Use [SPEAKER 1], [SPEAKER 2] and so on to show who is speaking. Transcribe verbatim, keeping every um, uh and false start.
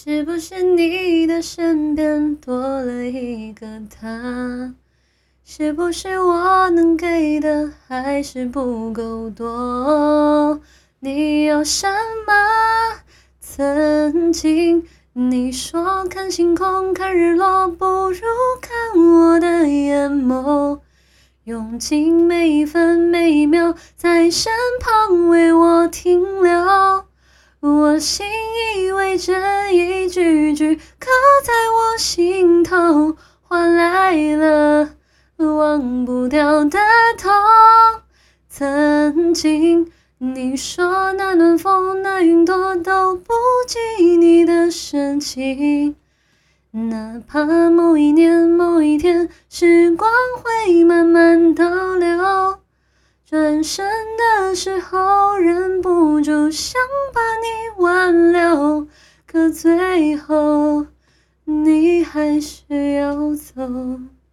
[SPEAKER 1] 是不是你的身边多了一个他？是不是我能给的还是不够多？你有什么？曾经你说看星空看日落不如看我的眼眸，用尽每一分每一秒在身旁为我停留。我信以为真，一句句刻在我心头，换来了忘不掉的痛。曾经你说那暖风那云朵都不及你的深情，哪怕某一年某一天时光会慢慢倒流，转身的时候忍不住想把你挽留，可最后你还是要走。